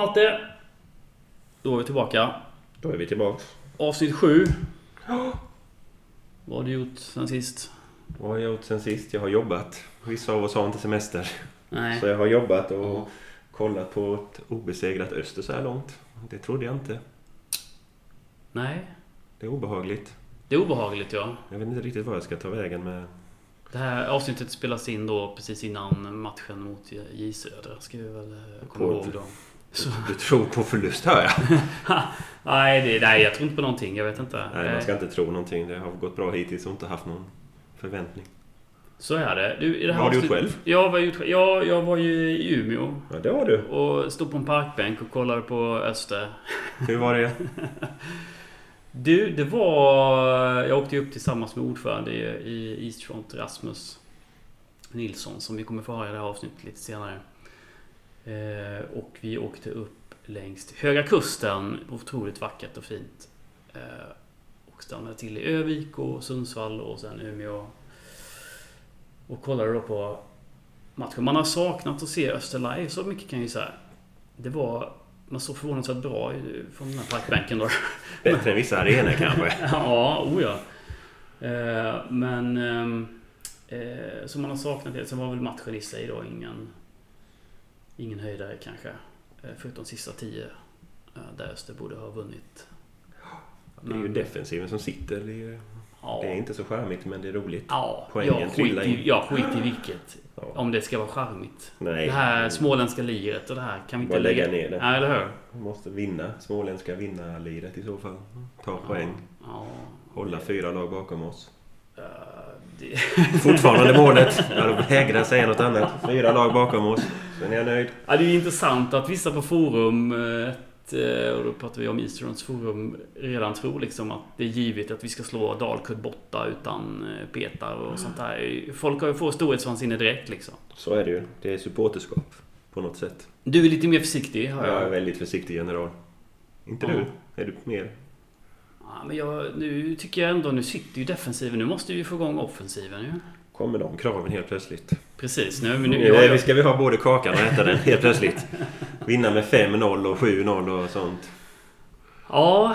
Matte. Då är vi tillbaka. Då är vi tillbaka. Avsnitt 7. Vad har du gjort sen sist? Vad har jag gjort sen sist? Jag har jobbat. Vissa av oss har inte semester. Nej. Så jag har jobbat och kollat på ett obesegrat Öster så här långt. Det trodde jag inte. Nej. Det är obehagligt. Det är obehagligt, ja. Jag vet inte riktigt vad jag ska ta vägen med. Det här avsnittet spelas in då precis innan matchen mot J Södra. Ska vi väl komma ihåg då. Så. Du tror på förlust, hör jag. nej, jag tror inte på någonting. Jag vet inte. Nej, man ska inte tro någonting. Det har gått bra hittills och inte haft någon förväntning. Så är det. Du, i det här vad har du gjort själv? Jag var ju i Umeå. Ja, det var du. Och stod på en parkbänk och kollade på Öster. Hur var det? Du, det var... Jag åkte upp tillsammans med ordförande i East Front, Rasmus Nilsson, som vi kommer få höra i det här avsnittet lite senare. Och vi åkte upp längs Höga Kusten. Otroligt vackert och fint. Och stannade till i Övik och Sundsvall och sen Umeå. Och kollade då på matchen. Man har saknat att se Öster live, så mycket kan jag ju säga. Det var... Man såg förvånansvärt bra från den här parkbänken då. Bättre än vissa arenor kanske. Ja, oja. Men som man har saknat det. Sen var väl matchen i sig då ingen höjdare kanske. Förutom sista 10 där Öster borde ha vunnit. Det är ju defensiven som sitter. Det är inte så charmigt, men det är roligt. Ja, poängen trillar in. Skit i vilket. Ja. Om det ska vara charmigt. Nej. Det här småländska liret och det här kan vi inte lägga ner det. Ja, eller hur? Vi måste vinna. Småländska vinna liret i så fall. Ta poäng. Ja. Hålla 4 lag bakom oss. Fortfarande målet. Jag vägrar säga något annat. 4 lag bakom oss. Sen är jag nöjd. Ja, det är ju intressant att vissa på forum, och då pratar vi om Easterns forum, redan tror liksom att det är givet att vi ska slå Dalkurd borta utan petar och sånt där. Folk har ju fått storhetsvansinne direkt liksom. Så är det ju. Det är supporterskap på något sätt. Du är lite mer försiktig, hör jag. Jag är väldigt försiktig, general. Inte du? Är du mer? Ja, men nu tycker jag ändå, nu sitter ju defensiven. Nu måste vi få igång offensiven ju. Kommer de kraven helt plötsligt? Precis. Nu ska vi ha både kakan och äta den helt plötsligt. Vinna med 5-0 och 7-0 och sånt. Ja,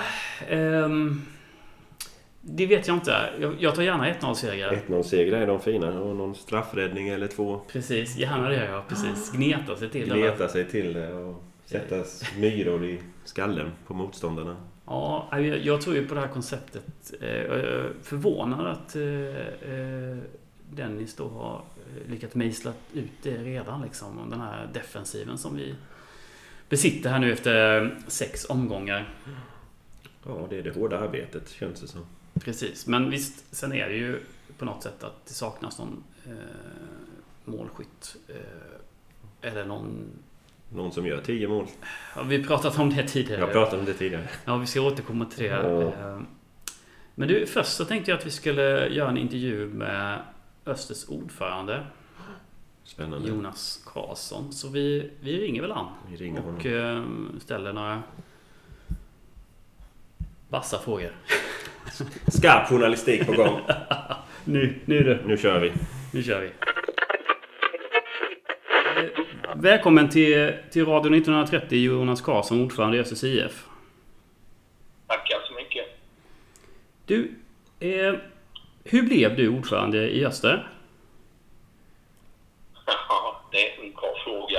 det vet jag inte. Jag tar gärna 1-0-segrar. 1-0-segrar är de fina. Och någon straffräddning eller 2. Precis, gärna det, ja. Precis. Gneta sig till det. Gneta sig till det och sätta myror i skallen på motståndarna. Ja, jag tror ju på det här konceptet. Jag är förvånad att Dennis då har lyckats mejsla ut det redan liksom. Om den här defensiven som vi besitter här nu efter 6 omgångar. Ja, det är det hårda arbetet, känns det som. Precis, men visst, sen är det ju på något sätt att det saknas någon målskytt. Eller någon som gör 10 mål. Ja, vi har pratat om det tidigare. Jag pratade om det tidigare. Ja, vi ska återkomma till det. Men du, först så tänkte jag att vi skulle göra en intervju med Östers ordförande. Spännande. Jonas Karlsson. Så vi ringer väl han. Vi ringer honom. Och ställer några vassa frågor. Skarp journalistik på gång. Nu kör vi. Nu kör vi. Välkommen till Radio 1930, Jonas Karlsson, ordförande i Östers IF. Tackar så mycket. Du, hur blev du ordförande i Öster? Ja, det är en bra fråga.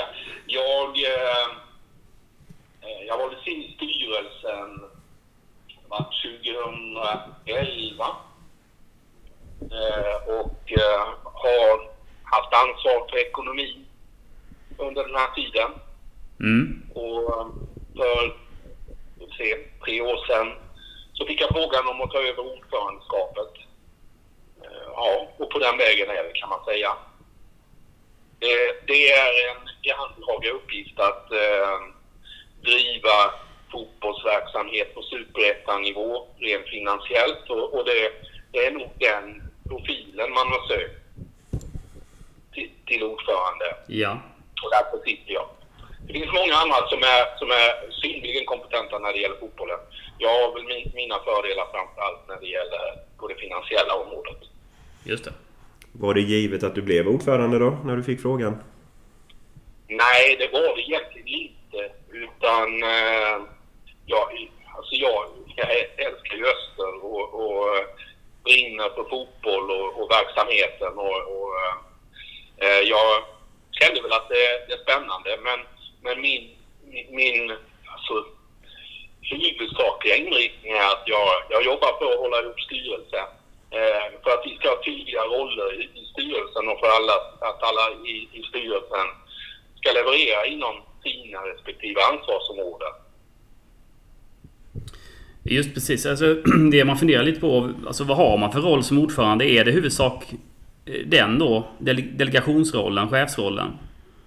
Jag var i styrelsen 2011 och har haft ansvar för ekonomi under den här tiden. Och för 3 år sedan så fick jag frågan om att ta över ordförandeskapet. Ja, och på den vägen är det, kan man säga. Det är en grannlaga uppgift att driva fotbollsverksamhet på superettanivå rent finansiellt, och det är nog den profilen man har sökt till ordförande. Ja. Och därför sitter jag. Det finns många andra som är synnerligen kompetenta när det gäller fotbollen. Jag har väl mina fördelar framförallt när det gäller på det finansiella området. Just det. Var det givet att du blev ordförande då, när du fick frågan? Nej, det var det egentligen inte. Utan jag älskar ju Öster och brinner för fotboll och verksamheten. Jag kände väl att det är spännande. Men min huvudsakliga inriktning är att jag jobbar för att hålla ihop styrelsen. För att vi ska ha tydliga roller i styrelsen och för att alla i styrelsen ska leverera inom sina respektive ansvarsområden. Just precis. Alltså, det man funderar lite på, alltså, vad har man för roll som ordförande? Är det huvudsak den då? Delegationsrollen, chefsrollen?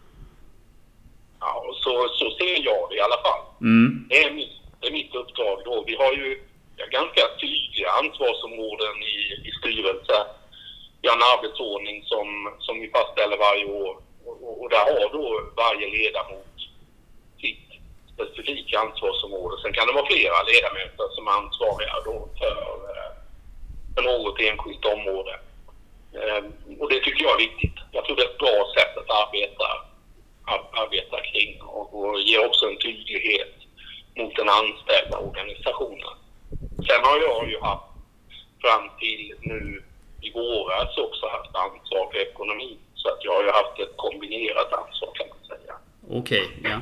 Ja, så ser jag det i alla fall. Det är mitt uppdrag då. Vi har ju ganska tydliga ansvarsområden i styrelsen. Vi har en arbetsordning som vi fastställer varje år. Och där har då varje ledamot sitt specifika ansvarsområde. Sen kan det vara flera ledamöter som är ansvariga då för något enskilt område. Och det tycker jag är viktigt. Jag tror det är ett bra sätt att arbeta kring och ger också en tydlighet mot den anställda organisationen. Sen har jag ju haft fram till nu i våras också haft ansvar för ekonomi. Så att jag har ju haft ett kombinerat ansvar, kan man säga. Okej, ja.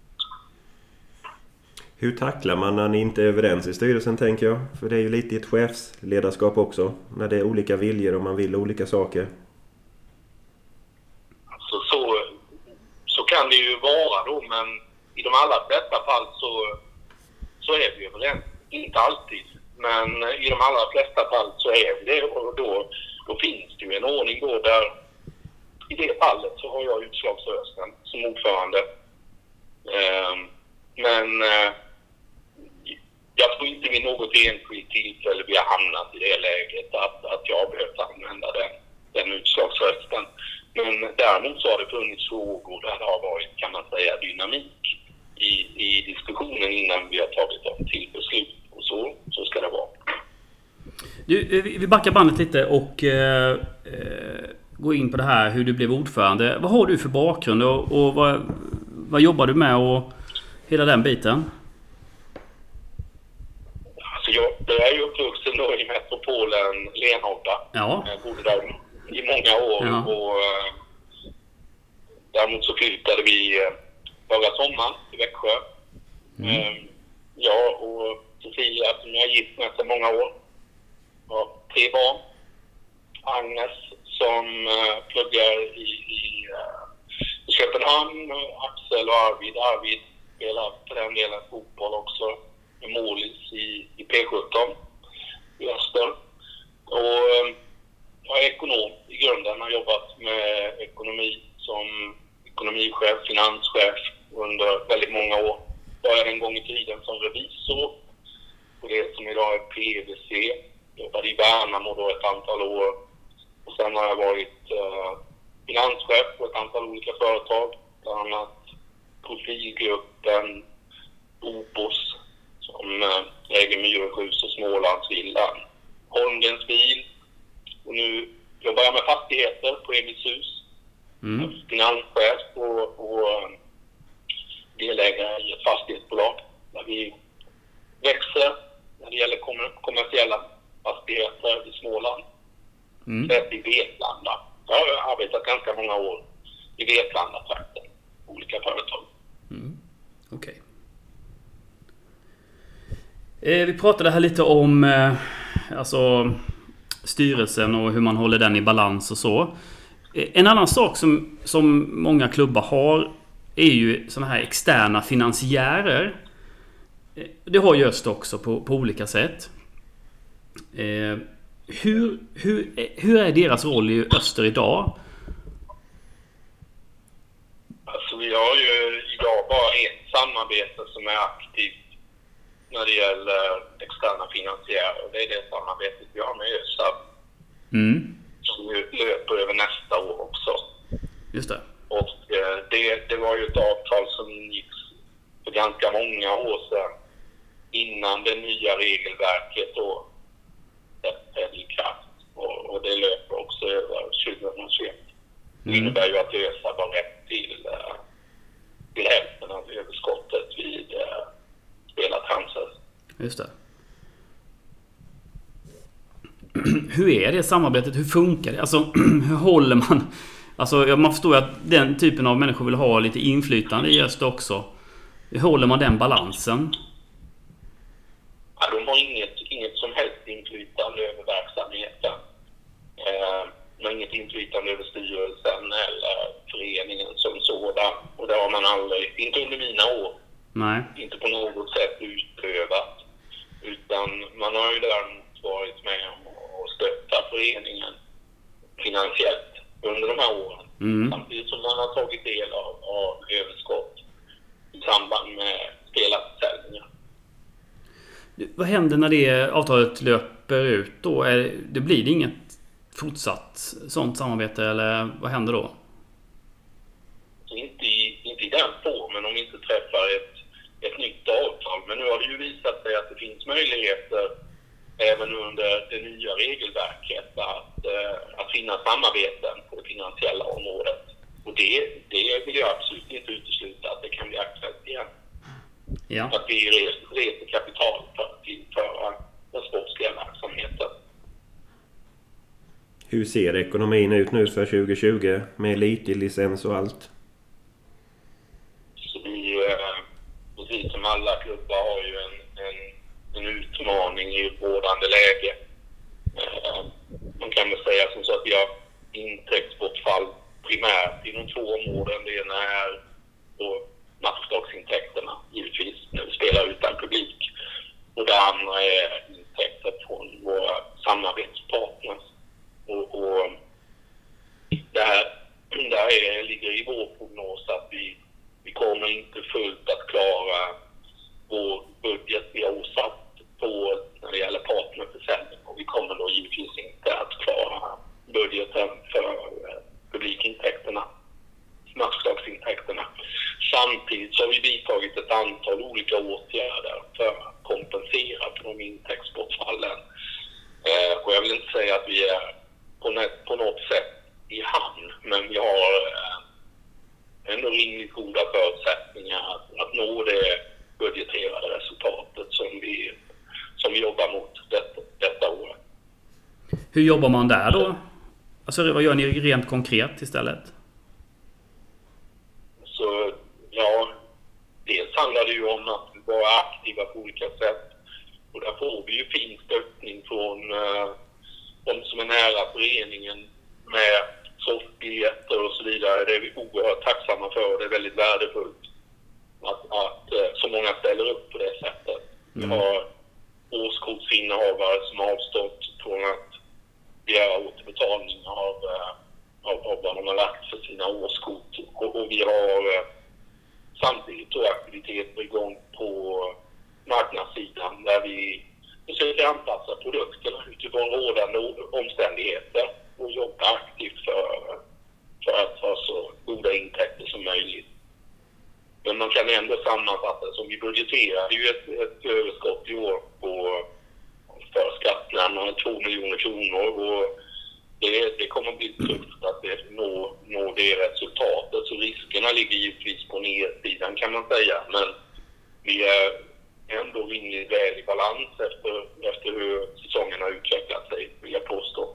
Hur tacklar man när ni inte är överens i styrelsen, tänker jag? För det är ju lite ett chefsledarskap också. När det är olika viljor och man vill olika saker. Alltså så kan det ju vara då, men i de allra flesta fall så är vi överens. Inte alltid, men i de allra flesta fall så är vi det. Och då finns det ju en ordning då där i det fallet så har jag utslagsrösten som ordförande. Men jag tror inte vid något enskilt tillfälle vi har hamnat i det läget att jag har behövt använda den utslagsrösten. Men däremot så har det funnits frågor där det har varit, kan man säga, dynamik i diskussionen innan vi har tagit dem till beslut. Och så ska det vara. Du, vi backar bandet lite och går in på det här hur du blev ordförande. Vad har du för bakgrund och vad jobbar du med och hela den biten? Alltså jag är ju uppvuxen då i metropolen Lenhovda. Ja. Jag bodde där i många år. Ja. Och däremot så flyttade vi förra sommaren till Växjö. Jag och Sofia, som jag är gift med sedan många år, har 3 barn. Agnes som pluggar i Köpenhamn, Axel och Arvid. Arvid spelar för den delen fotboll också med Målis i P17 i Öster. Och jag är ekonom i grunden. Jag har jobbat med ekonomi som ekonomichef, finanschef under väldigt många år. Började en gång i tiden som revisor på det som idag är PwC. Jobbade i Värnamo då ett antal år. Och sen har jag varit finanschef på ett antal olika företag. Bland annat Profilgruppen, Opos som äger Myresjus och Smålandsvillan, Holmgrens bil. Och nu jobbar jag med fastigheter på Emilshus. Finanschef och delägare i ett fastighetsbolag där vi växer när det gäller kommersiella fastigheter i Småland. I Vetlanda. Jag har arbetat ganska många år i Vetlanda-trakten. Olika företag. Okej. Vi pratade här lite om alltså styrelsen och hur man håller den i balans och så. En annan sak som många klubbar har är ju såna här externa finansiärer. Det har ju Öster också på olika sätt. Hur är deras roll i Öster idag? Alltså vi har ju idag bara ett samarbete som är aktivt när det gäller externa finansiärer. Det är det samarbetet vi har med ÖSAB. Som löper över nästa år också. Just det. Och det var ju ett avtal som ingicks för ganska många år sedan innan det nya regelverket då trädde i kraft. Och det löper också över 2021. Det innebär ju att ÖSAB har rätt till hälften av överskottet Just det. Hur är det samarbetet? Hur funkar det? Alltså, hur håller man... Alltså, man förstår att den typen av människor vill ha lite inflytande i Öster också. Hur håller man den balansen? Ja, de har inget som helst inflytande över verksamheten. De har inget inflytande över styrelsen eller föreningen som sådan. Och det har man aldrig, inte under mina år, inte på något sätt utövat. Utan man har ju däremot varit med och stöttat föreningen finansiellt under de här åren. Samtidigt som man har tagit del av överskott i samband med spelarförsäljningar. Vad händer när det avtalet löper ut då? Det blir inget fortsatt sånt samarbete, eller vad händer då? Inte i den formen om vi inte träffar ett nytt avtal. Men nu har det ju visat sig att det finns möjligheter även under det nya regelverket att finna samarbeten på det finansiella området. Och det vill jag absolut inte utesluta att det kan bli aktuellt igen. Ja. Att vi reser kapital för att tillföra den sportsliga verksamheten. Hur ser ekonomin ut nu för 2020 med elitlicens och allt? Så vi, precis som alla klubbar, har ju en utmaning i rådande läge. Man kan väl säga som så att vi har intäktsbortfall primärt inom 2 områden. Det ena är matchdagsintäkterna, givetvis, när vi spelar utan publik. Och det andra är intäkter från våra samarbetspartners. Och det här ligger i vår prognos att vi kommer inte fullt att klara vår budget vi har åsatt på när det gäller partnerförsäljning. Och vi kommer då givetvis inte att klara budgeten för publikintäkterna, matchdagsintäkterna. Samtidigt så har vi vidtagit ett antal olika åtgärder för att kompensera för de intäktsbortfallen. Och jag vill inte säga att vi är på något sätt i hamn, men vi har ändå rimligt goda förutsättningar att nå det budgeterade resultatet som vi jobbar mot detta år. Hur jobbar man där då? Alltså, vad gör ni rent konkret istället? Så ja, dels handlar det ju om att vara aktiva på olika sätt. Och där får vi ju fin stöttning från de som är nära föreningen med soffbiljetter och så vidare. Det är vi oerhört tacksamma för och det är väldigt värdefullt att så många ställer upp på det sättet. Vi har årskortsinnehavare som har avstått från att begära återbetalning av vad de har lagt för sina årskort. Och vi har samtidigt då aktiviteter igång på marknadssidan där vi försöker anpassa produkterna utifrån rådande omständigheter och jobba aktivt för att ha så goda intäkter som möjligt. Men man kan ändå sammanfatta som vi budgeterar ju ett överskott i år på för skatt närmare 2 miljoner kronor och det kommer bli tufft att nå det resultatet. Så riskerna ligger givetvis på nedsidan kan man säga, men vi är ändå rimligt väl i balans efter hur säsongen har utvecklat sig, vill jag påstå.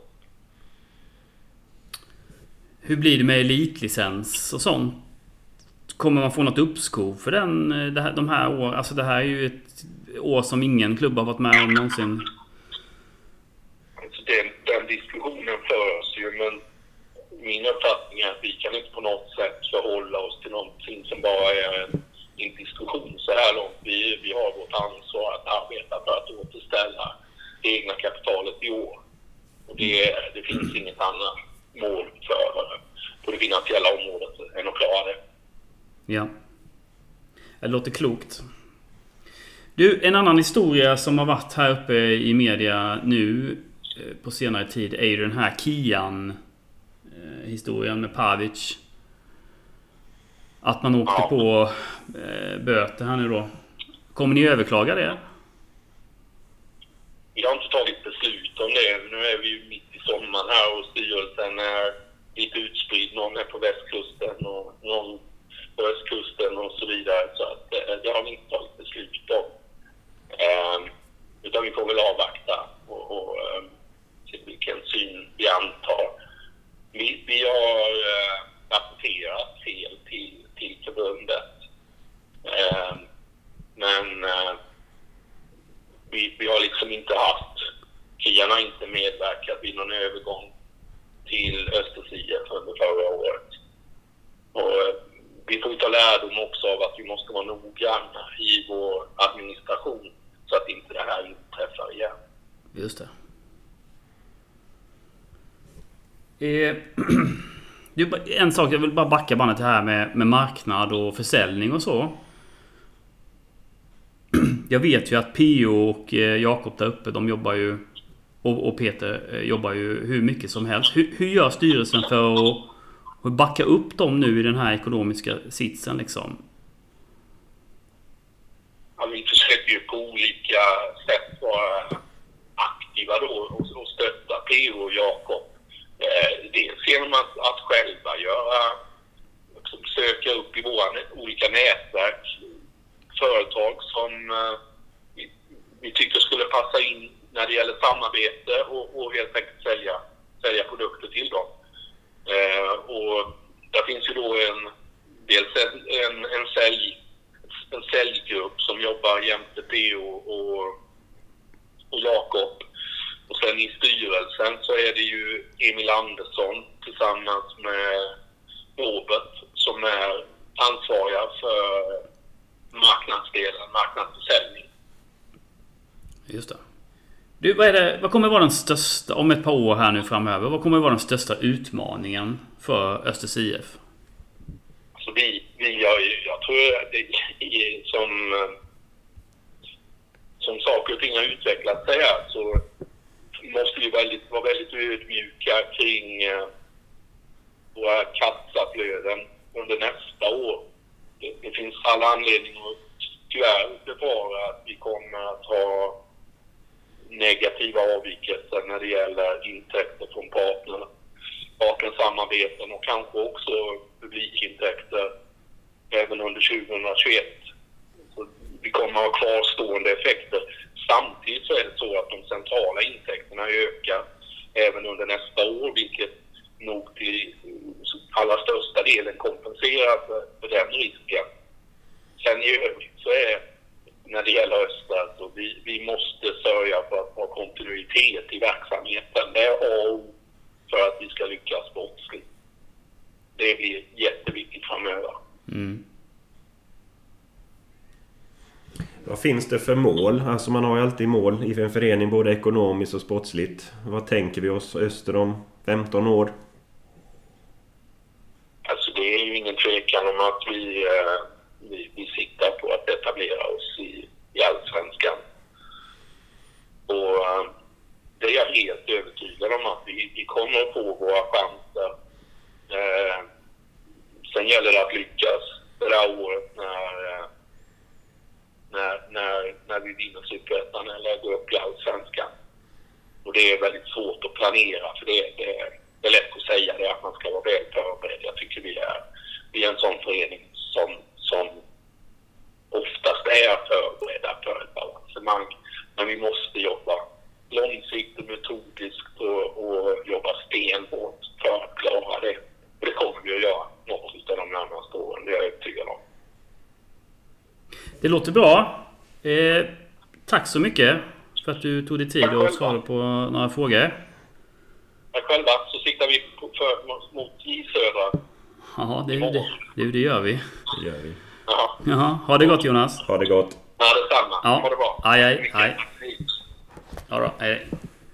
Hur blir det med elitlicens och sånt? Kommer man få något uppskov för de här åren? Alltså det här är ju ett år som ingen klubb har varit med om någonsin. Alltså den diskussionen förs ju, men min uppfattning är att vi kan inte på något sätt förhålla oss till någonting som bara är en diskussion så här långt. Vi har vårt ansvar att arbeta för att återställa det egna kapitalet i år. Och det finns inget annat mål på det finansiella området än att klara det. Ja, det låter klokt. Du, en annan historia som har varit här uppe i media nu på senare tid är ju den här Kian-historien med Pavic. Att man åkte på böter här nu då. Kommer ni överklaga det? Vi har inte tagit beslut om det. Nu är vi ju mitt i sommaren här och styrelsen är lite utspridd. Någon är på västkusten och någon på östkusten och så vidare. Så att det har vi inte tagit beslut om. Utan vi får väl avvakta och se vilken syn vi antar. Vi har rapporterat fel till förbundet. Men vi har liksom inte haft, Kian har inte medverkat vid någon övergång till Östers-IF under förra året. Och vi får ta lärdom också av att vi måste vara noggranna i vår administration så att inte det här inträffar igen. Just det. En sak, jag vill bara backa bandet här med marknad och försäljning och så. Jag vet ju att P.O. och Jakob där uppe, de jobbar ju, och Peter jobbar ju hur mycket som helst. Hur gör styrelsen för att backa upp dem nu i den här ekonomiska sitsen liksom? Ja, vi försöker ju på olika sätt vara aktiva då och stötta P.O. och Jakob. Dels genom att själva söka upp i våra olika nätverk företag som vi tycker skulle passa in när det gäller samarbete och helt enkelt sälja produkter till dem. Och där finns ju då en säljgrupp som jobbar jämte P.O. och Jakob. Och sen i styrelsen så är det ju Emil Andersson tillsammans med Robert som är ansvariga för marknadsdelen, marknadsförsäljning. Just det. Du, vad kommer vara den största, om ett par år här nu framöver, vad kommer vara den största utmaningen för Östers IF? Alltså jag tror att det som saker och ting har utvecklat sig här så måste vi vara väldigt ödmjuka kring våra kassaflöden under nästa år. Det finns alla anledning att tyvärr befara att vi kommer att ha negativa avvikelser när det gäller intäkter från partnersamarbeten och kanske också publikintäkter även under 2021. Så vi kommer att ha kvarstående effekter. Samtidigt så är det så att de centrala intäkterna ökar även under nästa år, vilket nog till allra största delen kompenserar för den risken. Sen i övrigt så är, när det gäller Öster, så vi måste sörja för att ha kontinuitet i verksamheten. Det är A och O för att vi ska lyckas sportsligt. Det blir jätteviktigt framöver. Mm. Vad finns det för mål? Alltså man har ju alltid mål i en förening, både ekonomiskt och sportsligt. Vad tänker vi oss Öster om 15 år? Alltså det är ju ingen tvekan om att vi siktar på att etablera oss i Allsvenskan. Och det är jag helt övertygad om att vi kommer att få våra chanser. Sen gäller det att lyckas det här året när vi vinner Superettan eller går upp i Allsvenskan. Och det är väldigt svårt att planera, för det är lätt att säga det, att man ska vara väl förberedd. Jag tycker vi är en sån förening som oftast är förberedda för ett balancemang. Men vi måste jobba långsiktigt, metodiskt och jobba stenhårt för att klara det. Och det kommer vi att göra något av de närmaste åren, det är jag övertygad om. Det låter bra. Tack så mycket för att du tog dig tid och svarade på några frågor. Tack själva, så siktar vi mot J Södra. Ja, det gör vi. Det gör vi. Jaha, ha det gott Jonas. Ha det gott. Ja, detsamma. Ja. Ha det bra. Hej. Ja då, hej.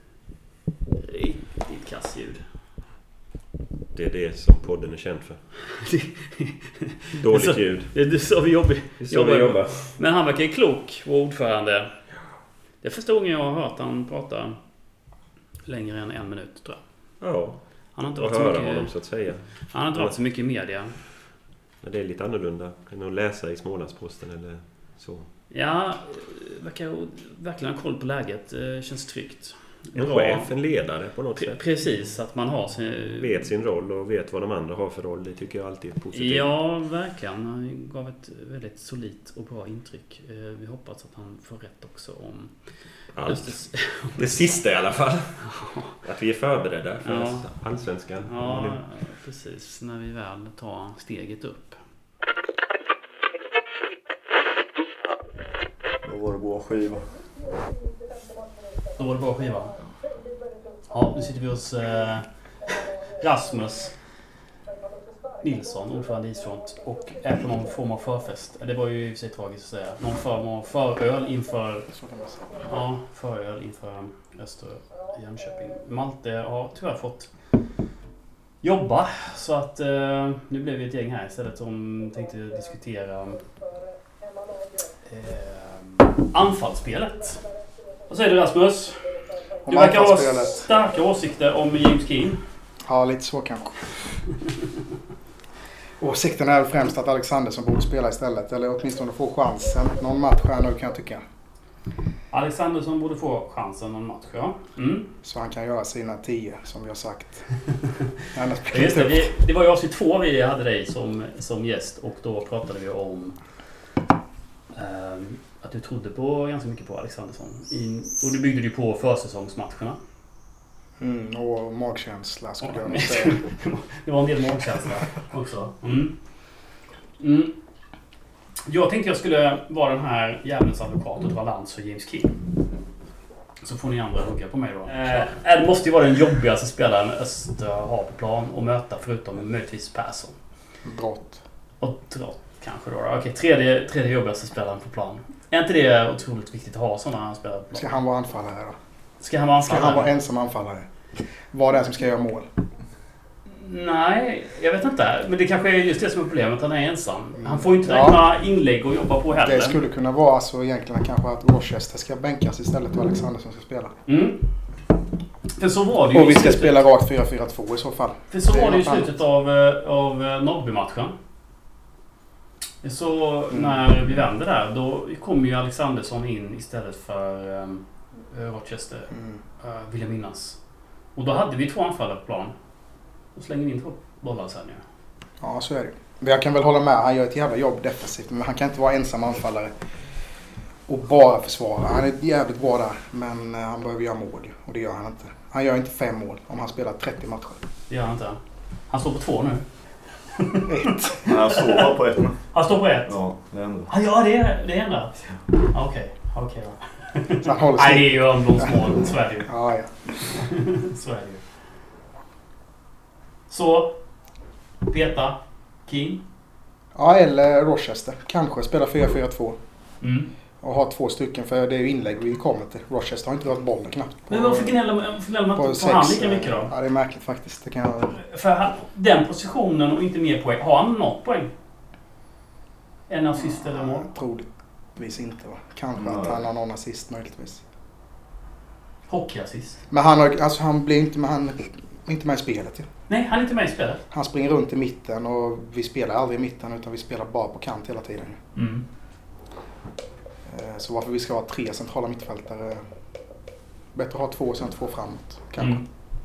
Ditt kassljud. Det är det som podden är känd för. Dåligt ljud. Det är så vi jobbar. Men han verkar klok, vår ordförande. Det är första gången jag har hört han prata längre än 1 minut, tror jag. Ja. Han har inte varit så mycket, honom, så att säga. Han har inte varit så mycket i media. Men det är lite annorlunda än att läsa i Smålandsposten eller så. Ja, verkar verkligen ha koll på läget. Känns tryggt. En chef, en ledare på något sätt. Precis, att man har vet sin roll och vet vad de andra har för roll. Det tycker jag alltid är positivt. Ja, verkligen. Han gav ett väldigt solidt och bra intryck. Vi hoppas att han får rätt också om... Det sista i alla fall. Att vi är förberedda för allsvenskan. Ja, precis. När vi väl tar steget upp. Då var det bra skiva. Ja, nu sitter vi hos Rasmus Nilsson, ordförande i Isfront, och är på någon form av förfest. Det var ju i och för sig tragiskt att säga. Någon form av föröl inför Öster Jönköping. Malte har tyvärr fått jobba, så att nu blev vi ett gäng här istället som tänkte diskutera anfallsspelet. Vad säger du, Rasmus? Du verkar ha starka åsikter om James Keane. Ja, lite så kanske. Åsikten är främst att Alexandersson borde spela istället. Eller åtminstone få chansen. Någon match här nu kan jag tycka. Alexandersson borde få chansen någon match, ja. Så han kan göra sina 10, som vi har sagt. Just det var ju avsnitt 2 vi hade dig som gäst. Och då pratade vi om att du trodde på ganska mycket på Alexandersson. Och du byggde ju på försäsongsmatcherna. Och magkänsla skulle jag säga. Det var en del magkänsla också. Jag tänkte jag skulle vara den här jävlens advokat och dra lans för James Keane. Så får ni andra hugga på mig då. Det måste ju vara den jobbigaste spelaren Öster har på plan och möta, förutom möjligtvis Persson. Drott Kanske då. Okej, tredje jobbigaste spelaren på plan. Är inte det otroligt viktigt att ha sådana spelare på plan? Ska han vara anfallare då? Ska han vara ensam anfallare? Vad är det som ska göra mål? Nej, jag vet inte. Men det kanske är just det som är problemet. Han är ensam. Han får ju inte räkna inlägg och jobba på heller. Det skulle kunna vara så egentligen kanske att Rochester ska bänkas istället och Alexandersson ska spela. För så var det ju. Och vi ska spela rakt 4-4-2 i så fall. För så var det i slutet av Norrby-matchen. Så när vi vände där, då kom ju Alexandersson in istället för Rochester, vill jag minnas. Och då hade vi 2 anfallare på plan. Och slängde in 2 bollar sen ju. Ja, så är det. Men jag kan väl hålla med, han gör ett jävla jobb defensivt. Men han kan inte vara ensam anfallare och bara försvara. Han är jävligt bra där, men han behöver göra mål. Och det gör han inte. Han gör inte 5 mål om han spelar 30 matcher. Det gör han inte. Han står på 2 nu. 1. Han står bara på 1. Han står på 1? Ja, det är ändå. Ja, det är ändrat. Okej då. Så han håller Nej, det är ju Örnblomsmål. Så är det ju. Ja. Så är det ju. Så, Peta, King. Ja, eller Rochester. Kanske spela 4-4-2. Och ha 2 stycken, för det är ju inlägg vi kommer till. Rochester har inte rört bollen knappt. Men varför gnäller man inte på han lika mycket då? Ja, det är märkligt faktiskt. Det kan jag... För den positionen och inte mer poäng. Har han något poäng? En assist eller mål? Troligtvis inte, va? Kanske att han har någon assist möjligtvis. Hockeyassist. Men han blir inte med i spelet ju. Nej, han är inte med i spelet. Han springer runt i mitten och vi spelar aldrig i mitten utan vi spelar bara på kant hela tiden. Så varför vi ska ha 3 centrala mittfältare. Bättre att ha 2 och sen 2 framåt. Kanske.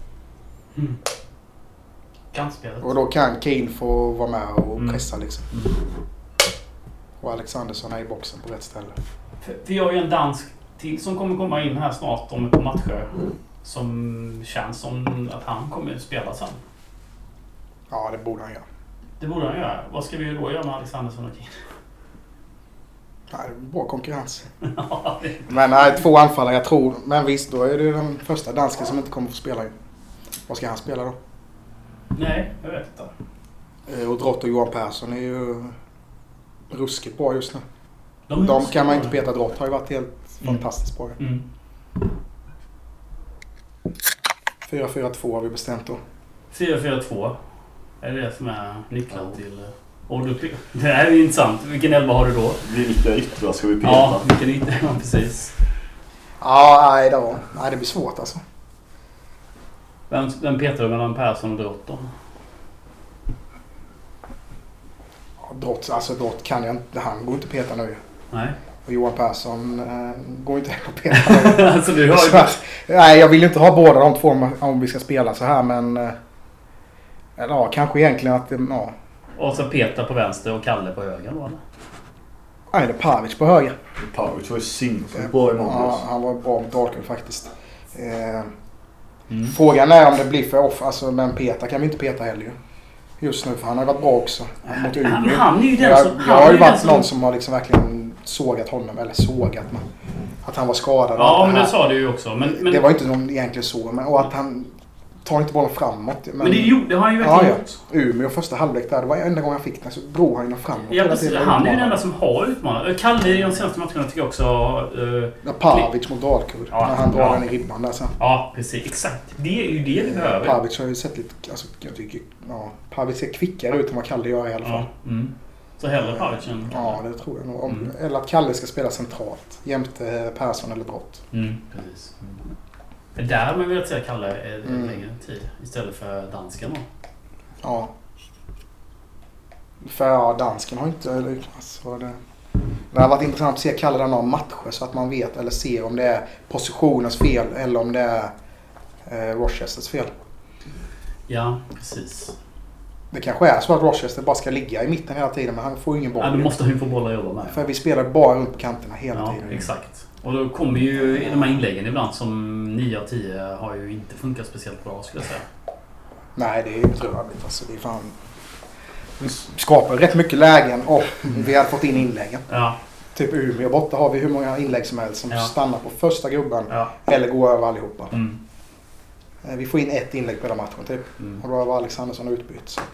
Kantspelet. Och då kan Keane få vara med och pressa liksom. Och Alexandersson är i boxen på rätt ställe. För jag har ju en dansk till som kommer komma in här snart om ett par matcher. Som känns som att han kommer att spela sen. Ja, det borde han göra. Det borde han göra. Vad ska vi då göra med Alexandersson och Keane? Nej, det är bra konkurrens. Men nej, 2 anfallare, jag tror. Men visst, då är det den första dansken som inte kommer att få spela. Vad ska han spela då? Nej, jag vet inte. Och Drott och Johan Persson är ju ruskigt bra just nu. De kan man inte peta. Drott har ju varit helt fantastiskt bra. 4-4-2 har vi bestämt då. 4-4-2 är det som är nyckeln till... Och det här är intressant. Vilken 11 har du då? Vilka yttrar ska vi peta? Ja, vilken yttrar? Ja, precis. Ja, nej, det blir svårt alltså. Vem petar du mellan Persson och Drott då? Ja, Drott kan jag inte. Han går inte peta nu. Nej. Och Johan Persson går inte att peta. Alltså, du har ju... Nej, jag vill ju inte ha båda de två om vi ska spela så här, men... Eller ja, kanske egentligen att... Ja. Och så Peter på vänster och Kalle på höger då, eller? Nej, det är Pavic på höger. Pavic var ju sinnessjukt bra i måndags. Ja, han var bra mot Dalkurd faktiskt. Frågan är om det blir för off. Alltså, men Peter kan vi inte peta heller ju. Just nu, för han har varit bra också. Mot Han är ju den som... Jag har ju varit någon som har liksom verkligen sågat honom. Eller sågat, men att han var skadad. Ja, men det sa du ju också. Men det var inte någon egentligen så. Men, och att han tar inte bollen framåt. Men det har han ju verkligen gjort. Umeå första halvlek där. Det var enda gången han fick den, så drog han ju framåt. Ja, precis. Han är ju den enda som har utmanat. Kalle i de senaste matcherna tycker jag också... Pavic mot Dalkurd. Ja, när han drar den i ribban där sen. Ja, precis. Exakt. Det är ju det vi behöver. Pavic har ju sett lite... Alltså, jag tycker... Ja, Pavic ser kvickare ut än vad Kalle gör i alla fall. Ja, Så hellre Pavic än Kalle? Ja, det tror jag nog. Eller att Kalle ska spela centralt. Jämte Persson eller Brott. Precis. För där har man velat säga Kalle längre tid. Istället för dansken då. Ja. För dansken har inte... Alltså, det har varit intressant att se Kalle där några matcher så att man vet eller ser om det är positionens fel eller om det är Rochesters fel. Ja, precis. Det kanske är så att Rochester bara ska ligga i mitten hela tiden, men han får ingen boll. Ja, då måste han ju få bollar jobba med. För vi spelar bara runt på kanterna hela tiden. Ja, exakt. Och då kommer ju i de här inläggen ibland som 9 av 10 har ju inte funkat speciellt bra, skulle jag säga. Nej, det är ju bedrövligt. Alltså, det är fan... Vi skapar rätt mycket lägen och vi har fått in inläggen. Ja. Typ Umeå borta har vi hur många inlägg som helst som stannar på första gubben eller går över allihopa. Vi får in ett inlägg på hela matchen typ. Och då var Alexandersson utbytt. Så.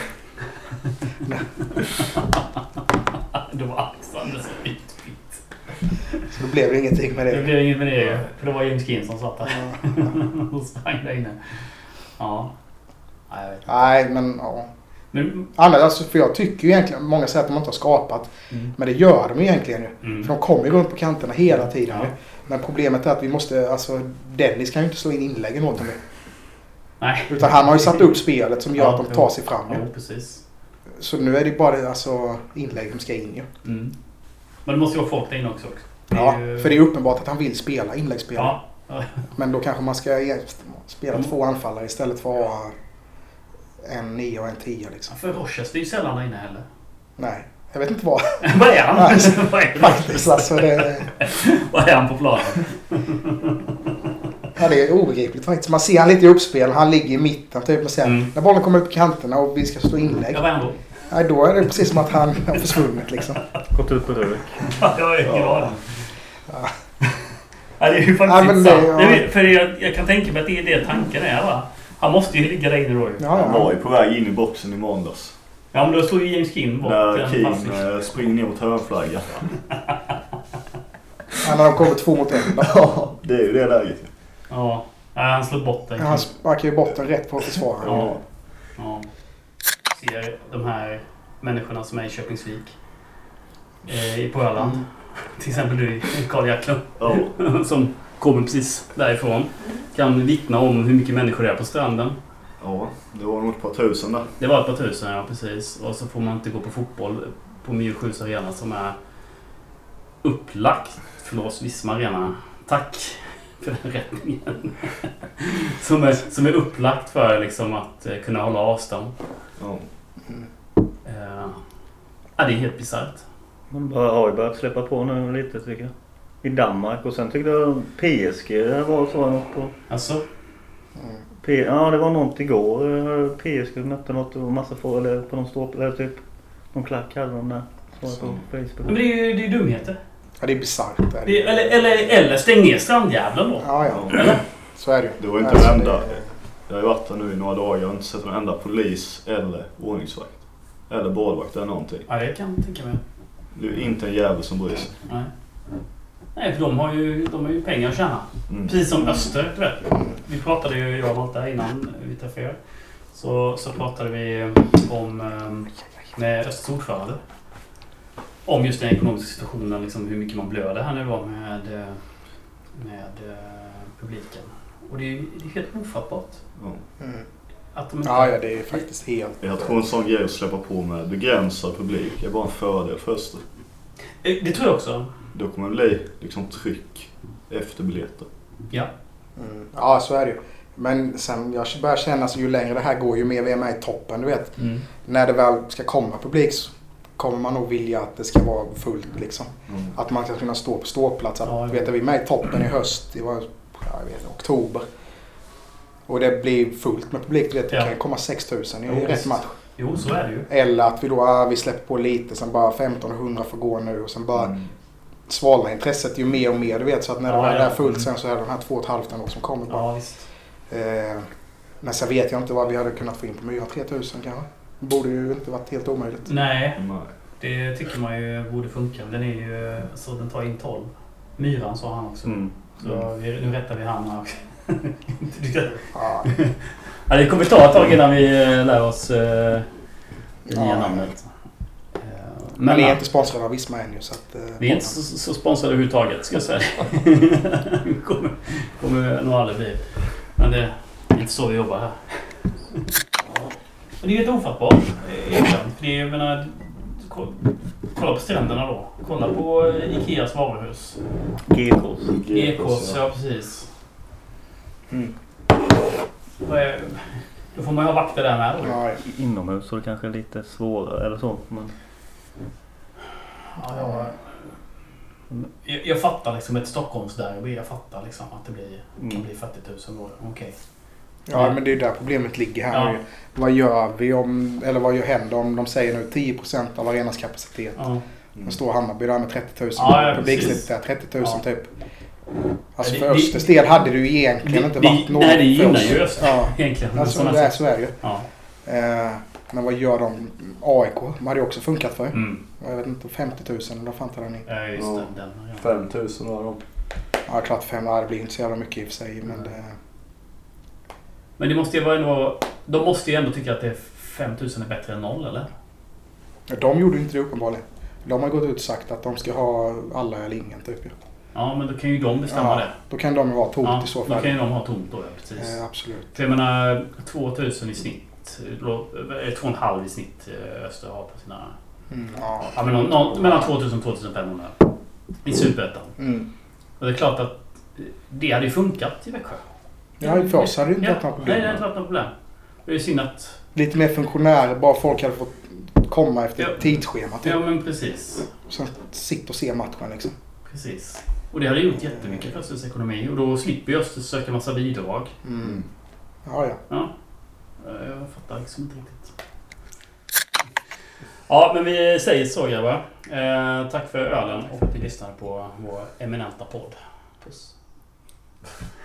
Då var Alexandersson utbytt. Så då blev det ingenting med det. Det blev inget med det, för det var James King som satt där. Och sprang där inne. Ja. Nej, jag vet inte. Nej, men ja. Men, alltså, för jag tycker ju egentligen, många säger att de inte har skapat, men det gör de ju egentligen ju. För de kommer ju runt på kanterna hela tiden. Ja. Men problemet är att vi måste, alltså Dennis kan ju inte slå in inläggen åt dem. Nej. Utan han har ju satt upp spelet som gör att de tar sig fram. Ja, precis. Så nu är det bara alltså inlägg som ska in ju. Men det måste ju vara folk där inne också. Ja, för det är uppenbart att han vill spela inläggsspel. Ja. Men då kanske man ska spela 2 anfallare istället för att ha en 9 och en 10 liksom. För Rochester är ju sällan där inne heller. Nej, jag vet inte vad. Vad är han? Alltså, faktiskt, alltså det... Vad är han på planen? Ja, det är obegripligt faktiskt. Man ser han lite i uppspel, han ligger i mitten typ och sen när bollen kommer upp på kanterna och vi ska stå inlägg. Ja, vad är han då? Nej, då är det precis som att han har försvunnit liksom. Gått ut på rök. Ja, jag är glad. Ja, det är ju faktiskt sant. För jag kan tänka mig att det är det tanken är, va? Han måste ju ligga där inne då. Han var ju på väg in i boxen i måndags. Ja, men då stod ju James King bort. När King springer ner mot hörnflaggan. Han har kommit 2 mot 1. Ja, det är ju det läget. Ja, han slog bort den. Han sparkar ju bort den rätt på försvararen. Ja. Ser de här människorna som är i Köpingsvik. På Öland. Till exempel du, Carl Jacklund. Som kommer precis därifrån. Kan vittna om hur mycket människor det är på stranden. Ja, det var nog ett par tusen där. Det var ett par tusen, ja precis. Och så får man inte gå på fotboll på Myrskjuts arena som är upplagt för oss Visma arena. Tack för den rättningen. som är upplagt för liksom att kunna hålla avstånd. Ja. Det är helt bizarrt. Man har ju börjat släppa på nu lite tycker jag. I Danmark och sen tyckte jag PSG var så något på. Alltså? Ja, det var något igår. PSG mötte något och massa få eller på någon ståp eller typ någon klack hade de där. Så på Facebook. Men det är ju dumheter. Ja, det är bizarrt. Eller stäng ner strandjävlen då. Ja. Eller? Så är det. Det var inte den enda. Jag har ju varit där nu i några dagar. Jag har inte sett någon enda polis eller ordningsvakt. Eller badvakt eller någonting. Ja, det kan jag tänka mig. Det är inte en jävel som bryr sig. Nej, för de har ju pengar att tjäna. Precis som Öster, du vet. Vi pratade ju, jag och Malte innan vi träffade er. Så pratade vi om med Östers ordförande. Om just den ekonomiska situationen, liksom hur mycket man blöder här nu då med publiken. Och det är helt ofattbart. Att de inte... Ja, det är faktiskt helt... Jag tror en sån grej att släppa på med begränsad publik är bara en fördel för Öster. Det tror jag också. då kommer det bli liksom tryck efter biljetter. Ja. Ja, så är det ju. Men sen jag börjar känna så ju längre det här går ju mer vi är med i toppen, du vet. När det väl ska komma publik så kommer man nog vilja att det ska vara fullt liksom. Att man ska kunna stå på ståplats. Vet, är vi med i toppen i höst, det var oktober. Och det blir fullt med publik, du vet, det kan komma 6 000 i rätt match. Jo, så är det ju. Eller att vi då vi släpper på lite, sen bara 1500 får gå nu och sen bara svalnar intresset ju mer och mer, du vet. Så att när det är fullt sen så är det de här 2,5 som kommer bara. Ja, visst. Men sen vet jag inte vad vi hade kunnat få in på myran, 3000 kanske. Det borde ju inte varit helt omöjligt. Nej, det tycker man ju borde funka. Den är ju, så den tar in 12. Myran sa han också. Så nu rättar vi han här också. Ja, det kommer ta ett tag innan vi lär oss nya namnet. Men vi är inte sponsrade av Visma ännu. Så att, vi är inte så sponsrade överhuvudtaget, ska jag säga. kommer nog aldrig bli. Men det är inte så vi jobbar här. Men det är ju inte ofattbart egentligen. För det är, jag menar, kolla på stränderna då. Kolla på Ikeas varuhus. Gekås, ja precis. Då får man ju ha vakter där med då. Ja, inomhus så det kanske är lite svårare eller så. Men... Jag fattar liksom ett Stockholmsderby. Jag fattar liksom att det kan bli 40 000 år. Okej. Ja, men det är där problemet ligger här. Ja. Vad gör vi eller vad händer om de säger nu 10% av arenas kapacitet? Ja. De står Hammarby där med 30 000. Publiksnitt där 30 000 typ. Alltså för Östers del hade det ju egentligen inte varit något. Nej, det gynnar ju Öster egentligen. Alltså, så är det ju. Ja. Men vad gör de? AIK de hade ju också funkat för. Jag vet inte, 50 000 eller vad fan tar den i? Ja, just det. Den, 5 000 var de. Ja, klart 5 det blir inte så jävla mycket i och för sig. Men det måste ju vara ändå... De måste ju ändå tycka att det är 5 000 är bättre än 0, eller? De gjorde inte det uppenbarligen. De har gått ut och sagt att de ska ha alla eller ingen typ. Ja, men då kan ju de bestämma det. Då kan de ju vara tomt i så fall. Då kan ju de ha tomt då, precis. Absolut. För jag menar, 2 000 i snitt. 2,5 i snitt Öster har på sina... Ja, men mellan 2 000 och 2 500 i Superettan. Och det är klart att det hade ju funkat i Växjö. Ja, för oss hade det inte varit något problem. Nej, det hade inte varit något problem. Det är ju synd att... Lite mer funktionärer, bara folk hade fått komma efter tidsschemat. Ja, men precis. Sen sitta och se matchen liksom. Precis. Och det hade gjort jättemycket för Östers ekonomi. Och då slipper ju Östers söka massa bidrag. Ja. Jag fattar liksom inte riktigt. Ja, men vi säger så, grabbar. Tack för ölen och att ni lyssnar på vår eminenta podd. Puss.